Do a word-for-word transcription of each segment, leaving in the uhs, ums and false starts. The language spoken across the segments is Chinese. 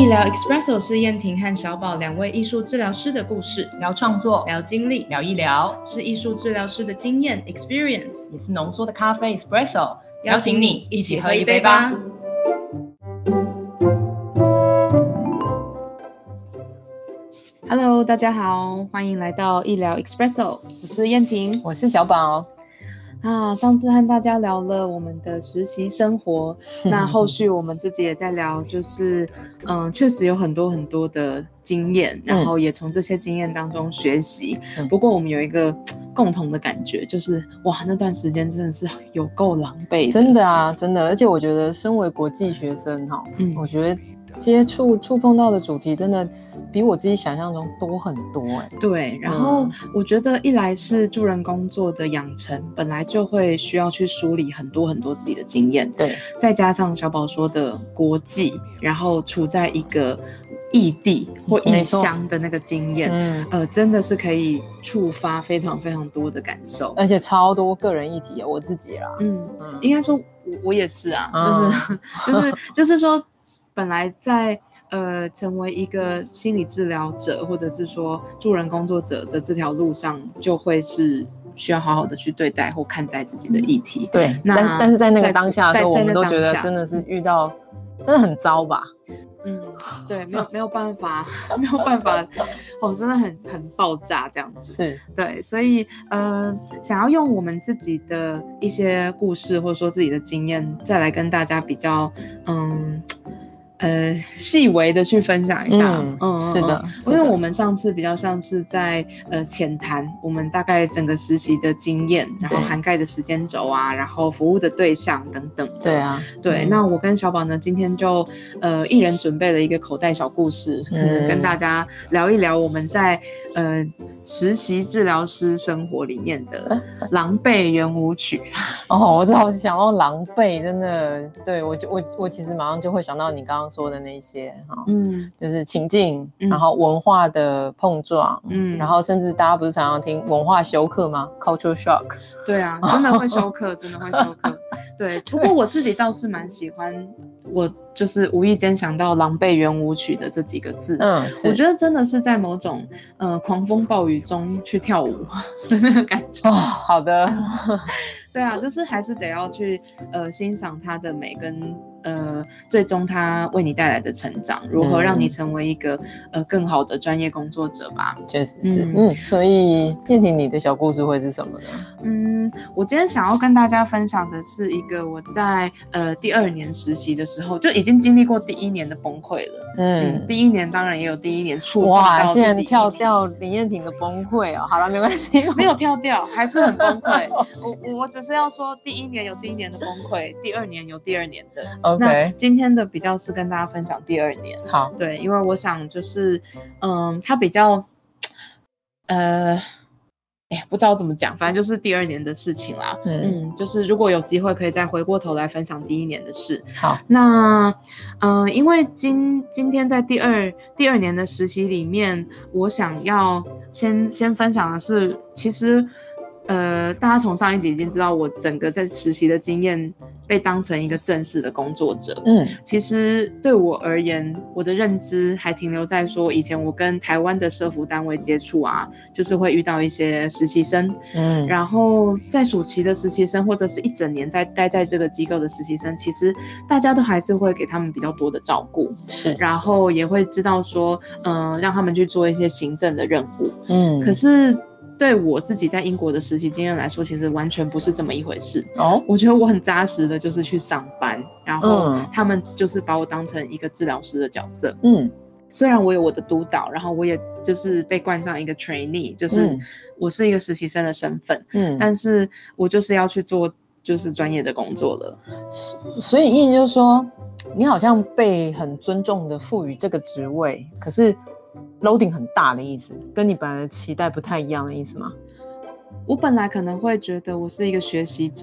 医疗 Espresso 是燕婷和小宝两位艺术治疗师的故事， 聊创作， 聊经历， 聊医疗， 是艺术治疗师的经验 experience， 也是浓缩的咖啡 Espresso， 邀请你一起喝一杯吧。Hello， 大家好，欢迎来到医疗 Espresso， 我是燕婷， 我是小宝。 啊，上次和大家聊了我们的实习生活，那后续我们自己也在聊，就是嗯，确实有很多很多的经验，然后也从这些经验当中学习。嗯、不过我们有一个共同的感觉，就是哇，那段时间真的是有够狼狈的， 真的啊，真的。而且我觉得，身为国际学生哈，嗯，我觉得接触触碰到的主题真的比我自己想象中多很多哎、欸。 对，然后我觉得一来是助人工作的养成，本来就会需要去梳理很多很多自己的经验， 对， 再加上小宝说的国际，然后处在一个异地或异乡的那个经验，嗯，呃，真的是可以触发非常非常多的感受， 而且超多个人议题，我自己啦， 嗯，嗯应该说我我也是啊，嗯、就是就是就是说，本来在。呃，成为一个心理治疗者，或者是说助人工作者的这条路上，就会是需要好好的去对待或看待自己的议题。 对， 那但但是在那个当下的时候，我们都觉得真的是遇到，真的很糟吧？ 嗯，对，没有没有办法，没有办法，哦，真的很很爆炸这样子。 是， 对，所以呃，想要用我们自己的一些故事，或者说自己的经验，再来跟大家比较，嗯。呃，细微的去分享一下， 嗯，嗯是的， 因为我们上次比较像是在呃浅谈我们大概整个实习的经验，然后涵盖的时间轴啊，然后服务的对象等等。 对啊， 对，嗯、那我跟小宝呢，今天就呃一人准备了一个口袋小故事，嗯、跟大家聊一聊我们在呃实习治疗师生活里面的狼狈圆舞曲。 哦，我只好想到狼狈，真的，对我就我我其实马上就会想到你刚刚说的那些哈，嗯，就是情境，嗯、然后文化的碰撞，嗯，然后甚至大家不是常常听文化休克吗 ？Culture shock。 对啊，真的会休克，真的会休克。对，不过我自己倒是蛮喜欢，我就是无意间想到狼狈圆舞曲的这几个字，嗯，我觉得真的是在某种呃狂风暴雨中去跳舞的那个感觉。 哦，好的。 对啊，就是还是得要去呃欣赏它的美跟呃最终它为你带来的成长，如何让你成为一个、嗯、呃更好的专业工作者吧。 确实是，嗯，嗯所以燕婷你的小故事会是什么呢？ 嗯，我今天想要跟大家分享的是一个我在呃第二年实习的时候就已经经历过第一年的崩溃了。嗯, 嗯，第一年当然也有第一年触碰到自己。 哇，竟然跳掉林燕婷的崩溃哦！好了，没关系， 没有跳掉，还是很崩溃。我我只是要说，第一年有第一年的崩溃，第二年有第二年的。 OK， 那今天的比较是跟大家分享第二年。 好， 对，因为我想就是，嗯，它比较，呃。哎，不知道怎么讲，反正就是第二年的事情啦。嗯, 嗯，就是如果有机会，可以再回过头来分享第一年的事。 好， 那嗯、呃，因为今今天在第二第二年的实习里面，我想要先先分享的是，其实呃，大家从上一集已经知道，我整个在实习的经验被当成一个正式的工作者。嗯，其实对我而言，我的认知还停留在说，以前我跟台湾的社福单位接触啊，就是会遇到一些实习生，嗯，然后在暑期的实习生，或者是一整年在待在这个机构的实习生，其实大家都还是会给他们比较多的照顾， 是， 然后也会知道说，嗯、呃，让他们去做一些行政的任务，嗯，可是。对我自己在英国的实习经验来说，其实完全不是这么一回事。哦，我觉得我很扎实的就是去上班，然后他们就是把我当成一个治疗师的角色。嗯，虽然我有我的督导，然后我也就是被冠上一个 trainee， 就是我是一个实习生的身份。嗯，但是我就是要去做就是专业的工作了。 所以意思就是说，你好像被很尊重的赋予这个职位，可是。loading 很大的意思，跟你本来的期待不太一样的意思吗？ 我本来可能会觉得我是一个学习者吧，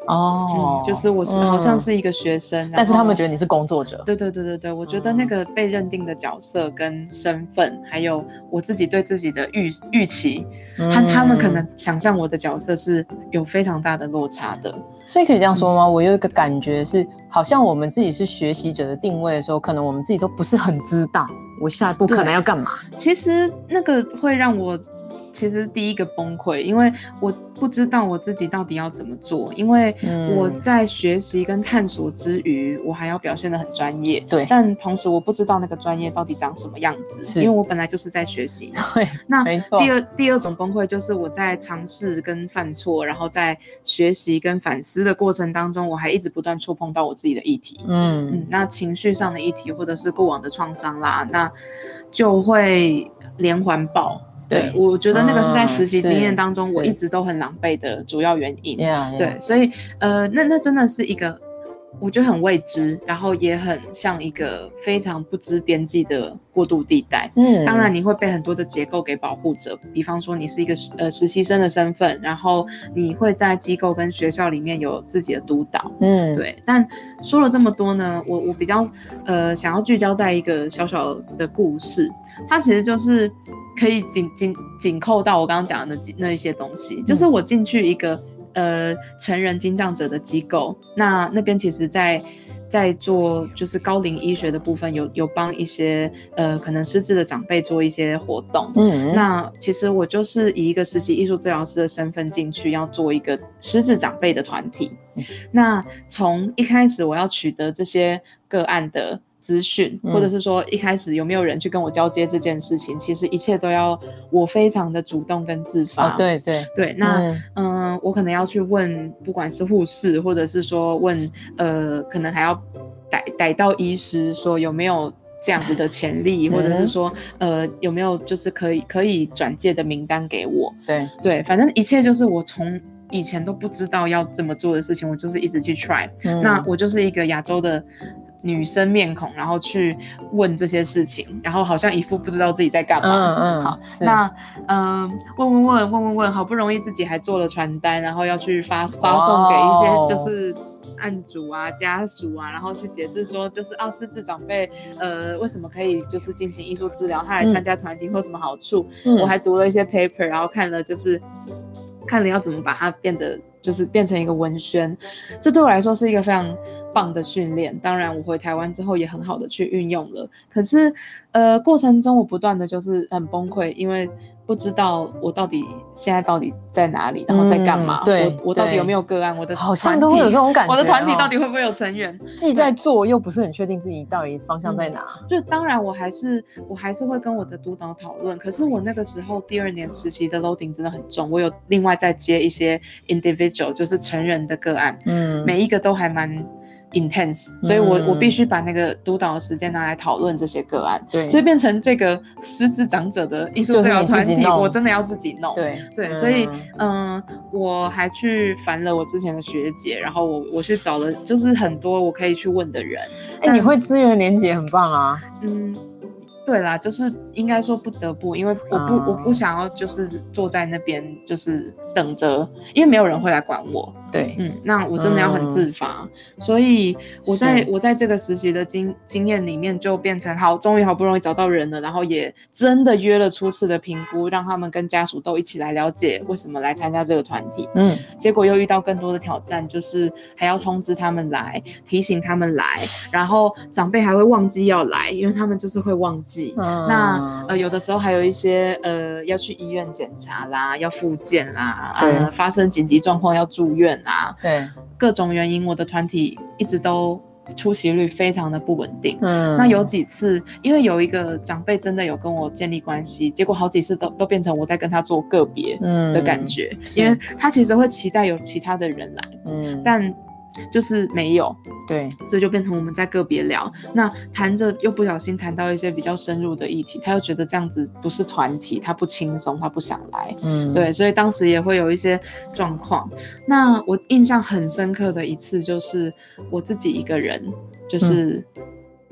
哦、 嗯，就是我是、嗯、好像是一个学生， 但是他们觉得你是工作者。 对对对对对，我觉得那个被认定的角色跟身份，还有我自己对自己的预预期，和、嗯、他们可能想象我的角色是有非常大的落差的。 所以可以这样说吗？嗯、我有一个感觉是，好像我们自己是学习者的定位的时候，可能我们自己都不是很知道我下一步可能要干嘛。 其实那个会让我。其实第一个崩溃，因为我不知道我自己到底要怎么做，因为我在学习跟探索之余，我还要表现得很专业， 对， 但同时我不知道那个专业到底长什么样子，因为我本来就是在学习。 对， 那没错。 第二第二种崩溃就是我在尝试跟犯错，然后在学习跟反思的过程当中，我还一直不断触碰到我自己的议题，嗯嗯，那情绪上的议题或者是过往的创伤啦，那就会连环爆。对，我觉得那个是在实习经验当中，我一直都很狼狈的主要原因。 Yeah, yeah. 对，所以呃，那那真的是一个我觉得很未知，然后也很像一个非常不知边际的过渡地带。嗯，当然你会被很多的结构给保护着，比方说你是一个呃实习生的身份，然后你会在机构跟学校里面有自己的督导。嗯，对。但说了这么多呢，我我比较呃想要聚焦在一个小小的故事，它其实就是。可以紧紧紧扣到我刚刚讲的 那, 那一些东西，就是我进去一个呃成人精障者的机构，那那边其实在在做就是高龄医学的部分，有有帮一些呃可能失智的长辈做一些活动。嗯，那其实我就是以一个实习艺术治疗师的身份进去，要做一个失智长辈的团体。嗯，那从一开始我要取得这些个案的资讯，或者是说一开始有没有人去跟我交接这件事情，其实一切都要我非常的主动跟自发。 哦，对对对，那嗯、呃，我可能要去问，不管是护士，或者是说问呃，可能还要逮逮到医师，说有没有这样子的潜力，或者是说呃有没有就是可以可以转介的名单给我。 对对，反正一切就是我从以前都不知道要怎么做的事情，我就是一直去 try。嗯，那我就是一个亚洲的女生面孔，然后去问这些事情，然后好像一副不知道自己在干嘛。嗯嗯，好，那嗯问问问问问问，好不容易自己还做了传单，然后要去发发送给一些就是案主啊家属啊，然后去解释说就是啊失智长辈呃为什么可以就是进行艺术治疗，他来参加团体会有什么好处。嗯，我还读了一些 paper， 然后看了就是看了要怎么把它变得就是变成一个文宣，这对我来说是一个非常棒的训练。当然我回台湾之后也很好的去运用了，可是呃过程中我不断的就是很崩溃，因为不知道我到底现在到底在哪里，然后在干嘛。嗯，对，我我到底有没有个案，我的好像都会有这种感觉， 我的团体到底会不会有成员， 既在做又不是很确定自己到底方向在哪。 嗯，就当然我还是我还是会跟我的督导讨论，可是我那个时候第二年实习的 loading 真的很重，我有另外再接一些 individual 就是成人的个案。嗯，每一个都还蛮intense， 所以我、嗯、我必须把那个督导的时间拿来讨论这些个案，对，所以变成这个失智长者的艺术治疗团体，我真的要自己弄， 对对，嗯，所以嗯，我还去烦了我之前的学姐，然后我我去找了就是很多我可以去问的人， 哎，欸，你会资源连结很棒啊， 嗯。对啦，就是应该说不得不，因为我不、嗯、我不想要就是坐在那边就是等着，因为没有人会来管我。 对， 嗯，那我真的要很自发，嗯，所以我在我在这个实习的经经验里面就变成好，终于好不容易找到人了，然后也真的约了初次的评估，让他们跟家属都一起来了解为什么来参加这个团体。嗯，结果又遇到更多的挑战，就是还要通知他们来，提醒他们来，然后长辈还会忘记要来，因为他们就是会忘记。嗯，那呃有的时候还有一些呃要去医院检查啦，要复健啦，呃发生紧急状况要住院啊， 对， 各种原因，我的团体一直都出席率非常的不稳定。嗯，那有几次，因为有一个长辈真的有跟我建立关系，结果好几次都都变成我在跟他做个别的感觉，嗯，因为他其实会期待有其他的人来，嗯，但就是没有， 对， 所以就变成我们在个别聊，那谈着又不小心谈到一些比较深入的议题，他又觉得这样子不是团体，他不轻松，他不想来，嗯，对，所以当时也会有一些状况。那我印象很深刻的一次就是我自己一个人，就是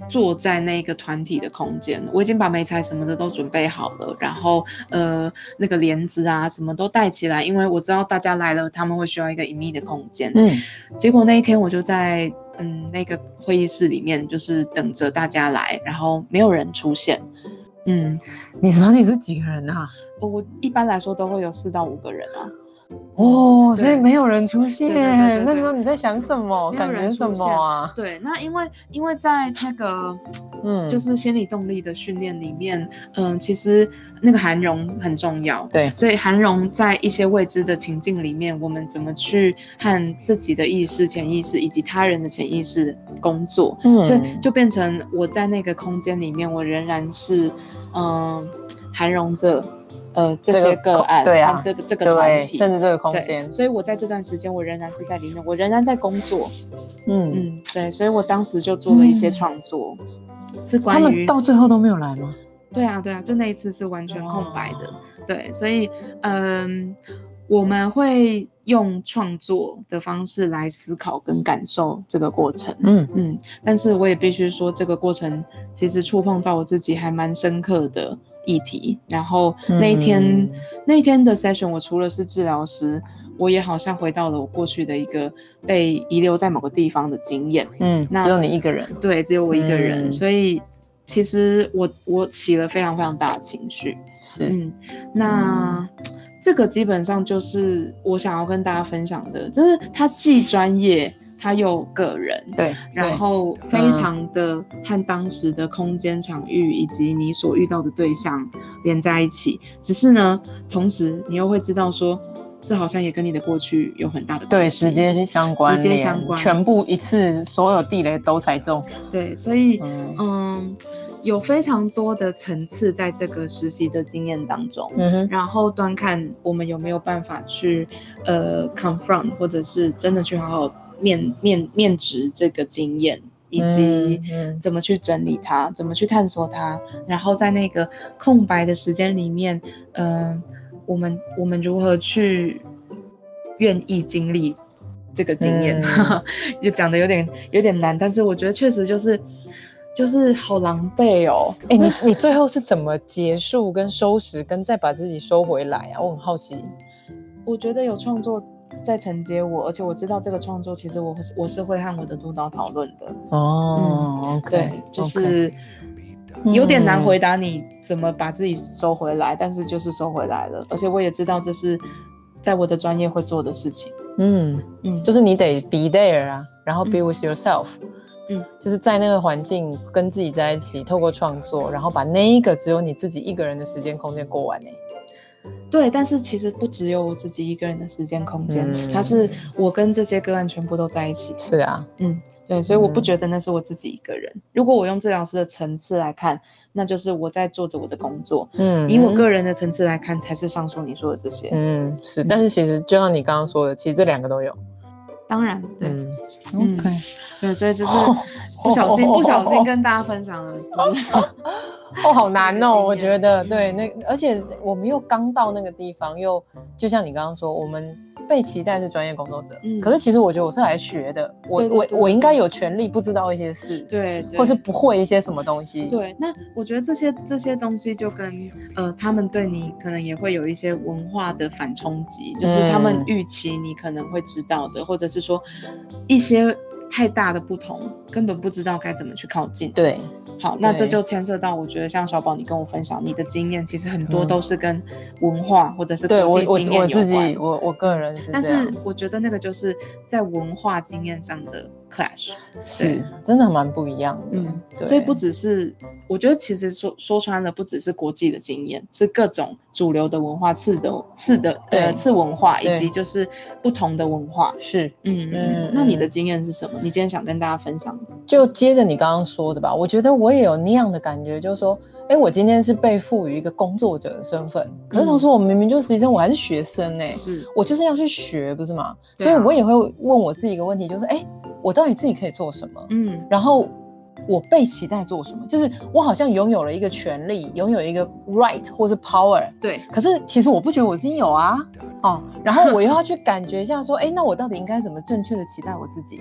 坐在那个团体的空间，我已经把媒材什么的都准备好了，然后呃那个帘子啊什么都带起来，因为我知道大家来了，他们会需要一个隐秘的空间。嗯，结果那一天我就在嗯那个会议室里面，就是等着大家来，然后没有人出现。 嗯，你说你是几个人啊？ 我一般来说都会有四到五个人啊。 哦，所以没有人出现。对对对对对，那时候你在想什么？感觉什么啊？ 对，那因为因为在那个嗯，就是心理动力的训练里面，嗯，其实那个涵容很重要。 对， 所以涵容在一些未知的情境里面，我们怎么去和自己的意识、潜意识以及他人的潜意识工作？嗯，所以就变成我在那个空间里面，我仍然是嗯涵容着。呃，这些个案， 对啊， 这个这个团体， 甚至这个空间， 所以我在这段时间，我仍然是在里面，我仍然在工作。嗯嗯，对，所以我当时就做了一些创作，嗯、是关于他们到最后都没有来吗？ 对啊，对啊，就那一次是完全空白的。对，所以嗯，我们会用创作的方式来思考跟感受这个过程。嗯嗯，但是我也必须说，这个过程其实触碰到我自己还蛮深刻的议题。然后那一天、嗯、那一天的 session， 我除了是治疗师，我也好像回到了我过去的一个被遗留在某个地方的经验。 嗯，那只有你一个人。 对，只有我一个人。嗯、所以其实我我起了非常非常大的情绪。 是， 嗯，那。嗯这个基本上就是我想要跟大家分享的，就是他既专业，他又个人， 对， 然后非常的和当时的空间场域以及你所遇到的对象连在一起。只是呢，同时你又会知道说，这好像也跟你的过去有很大的关系， 对，直接相关， 直接相关， 全部一次所有地雷都踩中。 对，所以嗯。嗯有非常多的层次在这个实习的经验当中，嗯哼，然后端看我们有没有办法去呃 confront， 或者是真的去好好面面面质这个经验，以及怎么去整理它，怎么去探索它，然后在那个空白的时间里面，嗯、呃，我们我们如何去愿意经历这个经验，嗯、就讲的有点有点难，但是我觉得确实就是。就是好狼狈哦！ 哎、欸，你你最后是怎么结束、跟收拾、跟再把自己收回来啊？我很好奇。 我觉得有创作在承接我，而且我知道这个创作其实我我是会和我的督导讨论的。 哦、嗯、，OK， 对，就是有点难回答你怎么把自己收回来，嗯、但是就是收回来了，而且我也知道这是在我的专业会做的事情。 嗯嗯，就是你得 be there 啊，然后 be with yourself。嗯嗯，就是在那个环境跟自己在一起，透过创作，然后把那一个只有你自己一个人的时间空间过完。 对，但是其实不只有我自己一个人的时间空间，嗯、它是我跟这些个案全部都在一起。 是啊， 嗯，对，所以我不觉得那是我自己一个人。嗯、如果我用治疗师的层次来看，那就是我在做着我的工作。嗯，以我个人的层次来看，才是上述你说的这些。 嗯，是，但是其实就像你刚刚说的，其实这两个都有。 当然，对、嗯、 ，OK，嗯、 对，所以这是不小心、哦、不小心跟大家分享了。 哦，好难哦，我觉得，对，那而且我们又刚到那个地方，又就像你刚刚说，我们被期待是专业工作者，嗯，可是其实我觉得我是来学的，我对对对对我我应该有权利不知道一些事， 对，对或是不会一些什么东西， 对。那我觉得这些这些东西就跟呃，他们对你可能也会有一些文化的反冲击，就是他们预期你可能会知道的，嗯、或者是说一些太大的不同，根本不知道该怎么去靠近。 对。 好，那这就牵涉到，我觉得像小宝你跟我分享你的经验，其实很多都是跟文化或者是国际经验有关。 对，我我我自己我我个人是这样， 但是我觉得那个就是在文化经验上的 clash， 是真的蛮不一样的。 嗯，对，所以不只是，我觉得其实说说穿了，不只是国际的经验，是各种主流的文化、次的次的呃次文化，以及就是不同的文化。 是， 嗯嗯。那你的经验是什么？你今天想跟大家分享的？ 就接着你刚刚说的吧，我觉得我也有那样的感觉，就是说，哎，我今天是被赋予一个工作者的身份，可是同时我明明就是实习生，我还是学生哎、欸， 是我就是要去学，不是吗？啊、所以我也会问我自己一个问题，就是哎，我到底自己可以做什么？嗯，然后我被期待做什么？就是我好像拥有了一个权利，拥有一个 right 或是 power， 对， 可是其实我不觉得我自己有啊，哦，然后我又要去感觉一下说，哎，那我到底应该怎么正确的期待我自己？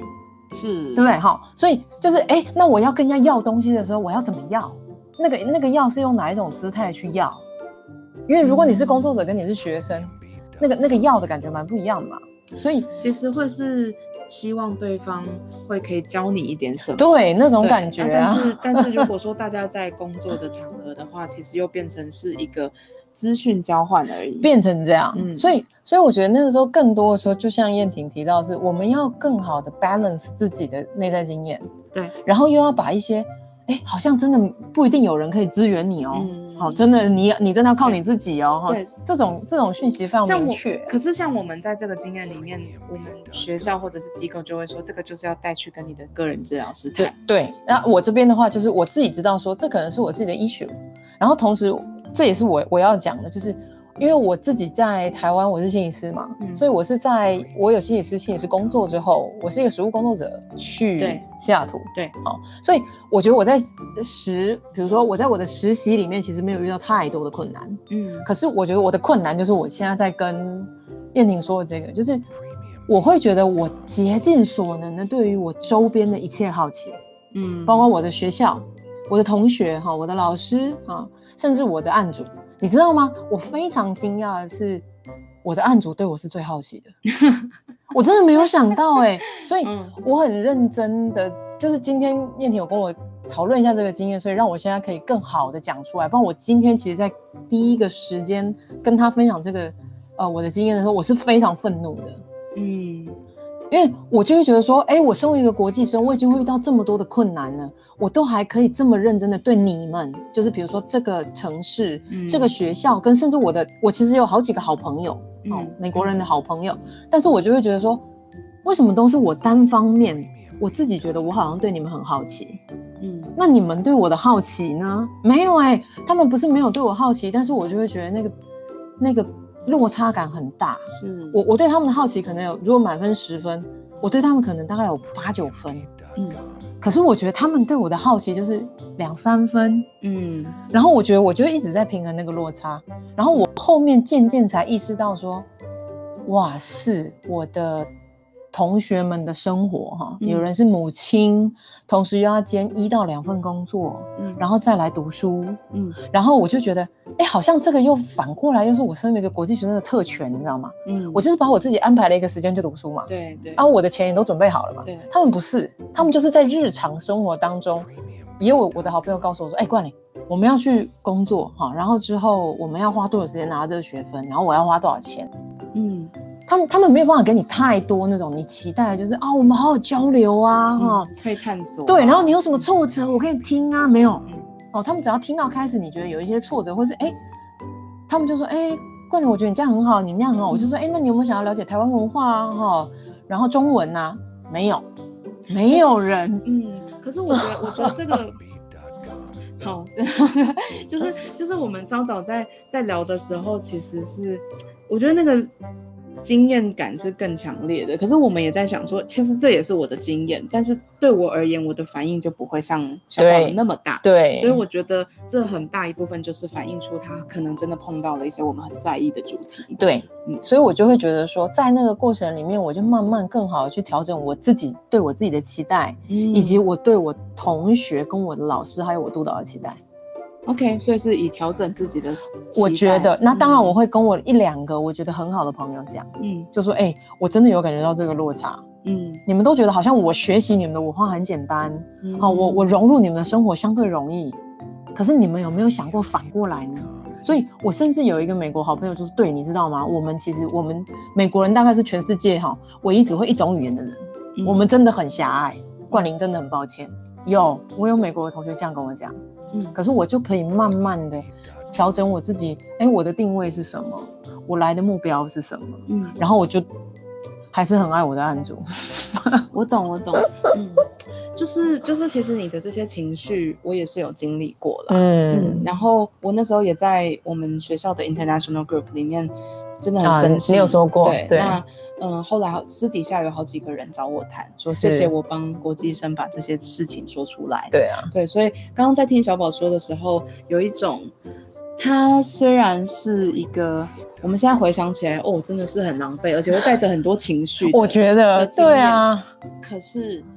是， 对不对？好，所以就是哎，那我要跟人家要东西的时候，我要怎么要？那个那个要是用哪一种姿态去要？因为如果你是工作者跟你是学生，那个那个要的感觉蛮不一样的嘛。所以其实会是希望对方会可以教你一点什么， 对那种感觉啊。但是但是如果说大家在工作的场合的话，其实又变成是一个资讯交换而已， 变成这样。嗯，所以所以我觉得那个时候更多的时候，就像燕婷提到，是我们要更好的 balance 自己的内在经验， 对， 然后又要把一些哎，好像真的不一定有人可以支援你哦。嗯，好，真的你你真的要靠你自己哦。对，这种这种讯息非常明确。 可是像我们在这个经验里面，我们学校或者是机构就会说，这个就是要带去跟你的个人治疗师谈。 对对，那我这边的话，就是我自己知道说，这可能是我自己的 issue， 然后同时这也是我我要讲的，就是。因为我自己在台湾，我是心理师嘛，嗯、所以我是在我有心理师、心理师工作之后，我是一个实务工作者去西雅图， 对， 好、哦，所以我觉得我在实，比如说我在我的实习里面，其实没有遇到太多的困难，嗯，可是我觉得我的困难就是我现在在跟燕婷说的这个，就是我会觉得我竭尽所能的对于我周边的一切好奇，嗯，包括我的学校、我的同学哈、我的老师哈，甚至我的案主。你知道吗？我非常惊讶的是，我的案主对我是最好奇的，我真的没有想到哎、欸，所以我很认真的，就是今天燕婷有跟我讨论一下这个经验，所以让我现在可以更好的讲出来。不然我今天其实在第一个时间跟他分享这个呃我的经验的时候，我是非常愤怒的，嗯。因为我就会觉得说，哎，我身为一个国际生，我已经会遇到这么多的困难了，我都还可以这么认真的对你们，就是比如说这个城市、嗯、这个学校，跟甚至我的，我其实有好几个好朋友，嗯、哦，美国人的好朋友，但是我就会觉得说，为什么都是我单方面，我自己觉得我好像对你们很好奇，嗯，那你们对我的好奇呢？没有哎、欸，他们不是没有对我好奇，但是我就会觉得那个那个。落差感很大，是我我对他们的好奇可能有，如果满分十分，我对他们可能大概有八九分，嗯，可是我觉得他们对我的好奇就是两三分，嗯，然后我觉得我就一直在平衡那个落差，然后我后面渐渐才意识到说，哇，是我的同学们的生活哈，嗯、有人是母亲，同时又要兼一到两份工作，嗯，然后再来读书，嗯，然后我就觉得，哎，好像这个又反过来又是我身为一个国际学生的特权，你知道吗？嗯，我就是把我自己安排了一个时间去读书嘛， 对对， 然后我的钱也都准备好了嘛，对，他们不是，他们就是在日常生活当中，也有我的好朋友告诉我说，哎，冠霖，我们要去工作哈，然后之后我们要花多少时间拿到这个学分，然后我要花多少钱，嗯。他们他们没有办法给你太多那种你期待的，就是啊，我们好好交流啊，哈、 嗯，可以探索、啊。 对，然后你有什么挫折，我可以听啊，没有，嗯、哦，他们只要听到开始，你觉得有一些挫折，或是哎，他们就说，哎，冠霖，我觉得你这样很好，你那样很好，嗯、我就说，哎，那你有没有想要了解台湾文化啊，哈，然后中文啊，没有，没有人， 嗯，可是我觉得，我觉得这个。好，就是就是我们稍早在在聊的时候，其实是我觉得那个经验感是更强烈的。可是我们也在想说，其实这也是我的经验，但是对我而言，我的反应就不会像小宝的那么大。 对， 所以我觉得这很大一部分就是反映出他可能真的碰到了一些我们很在意的主题。 对，嗯，所以我就会觉得说，在那个过程里面，我就慢慢更好的去调整我自己对我自己的期待，嗯，以及我对我同学跟我的老师还有我督导的期待。 OK， 所以是以调整自己的期待。 我觉得，那当然我会跟我一两个我觉得很好的朋友讲，嗯，就说，哎、欸，我真的有感觉到这个落差，嗯，你们都觉得好像我学习你们的文化很简单，嗯，好，我我融入你们的生活相对容易，可是你们有没有想过反过来呢？所以我甚至有一个美国好朋友就是，对，你知道吗？我们其实我们美国人大概是全世界哈唯一只会一种语言的人，嗯、我们真的很狭隘。冠霖真的很抱歉，有我有美国的同学这样跟我讲。嗯，可是我就可以慢慢的调整我自己，哎，我的定位是什么？我来的目标是什么？嗯，然后我就还是很爱我的案主。 我懂，我懂，嗯，就是就是，其实你的这些情绪，我也是有经历过了，嗯嗯，然后我那时候也在我们学校的 international group 里面，真的很生气， 啊、你有说过， 对，对那。嗯，后来私底下有好几个人找我谈，说谢谢我帮国际生把这些事情说出来。 对啊， 对，所以刚刚在听小宝说的时候，有一种，他虽然是一个，我们现在回想起来，哦，真的是很狼狈，而且会带着很多情绪。 我觉得，对啊。 可是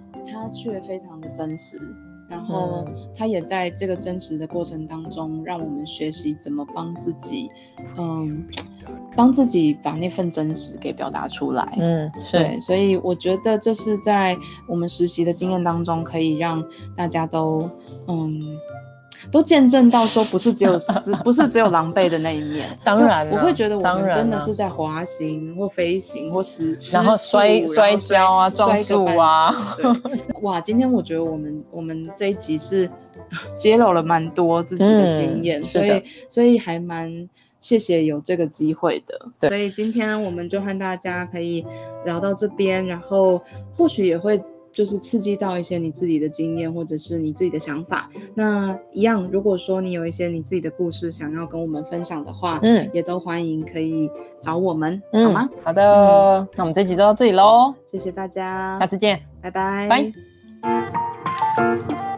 他却非常的真实，然后他也在这个真实的过程当中，让我们学习怎么帮自己，嗯，帮自己把那份真实给表达出来。 嗯，是。 对，所以我觉得这是在我们实习的经验当中，可以让大家都，嗯。都见证到说不是只有只不是只有狼狈的那一面， 当然我会觉得我们真的是在滑行或飞行或失然后摔摔跤啊撞树啊， 对，哇，今天我觉得我们我们这一集是揭露了蛮多自己的经验，嗯、所以所以还蛮谢谢有这个机会的。对，所以今天我们就和大家可以聊到这边，然后或许也会。就是刺激到一些你自己的经验或者是你自己的想法，那一样如果说你有一些你自己的故事想要跟我们分享的话，嗯，也都欢迎可以找我们、嗯、好吗？ 好的、嗯、那我们这集就到这里咯， 谢谢大家， 下次见， 拜拜拜。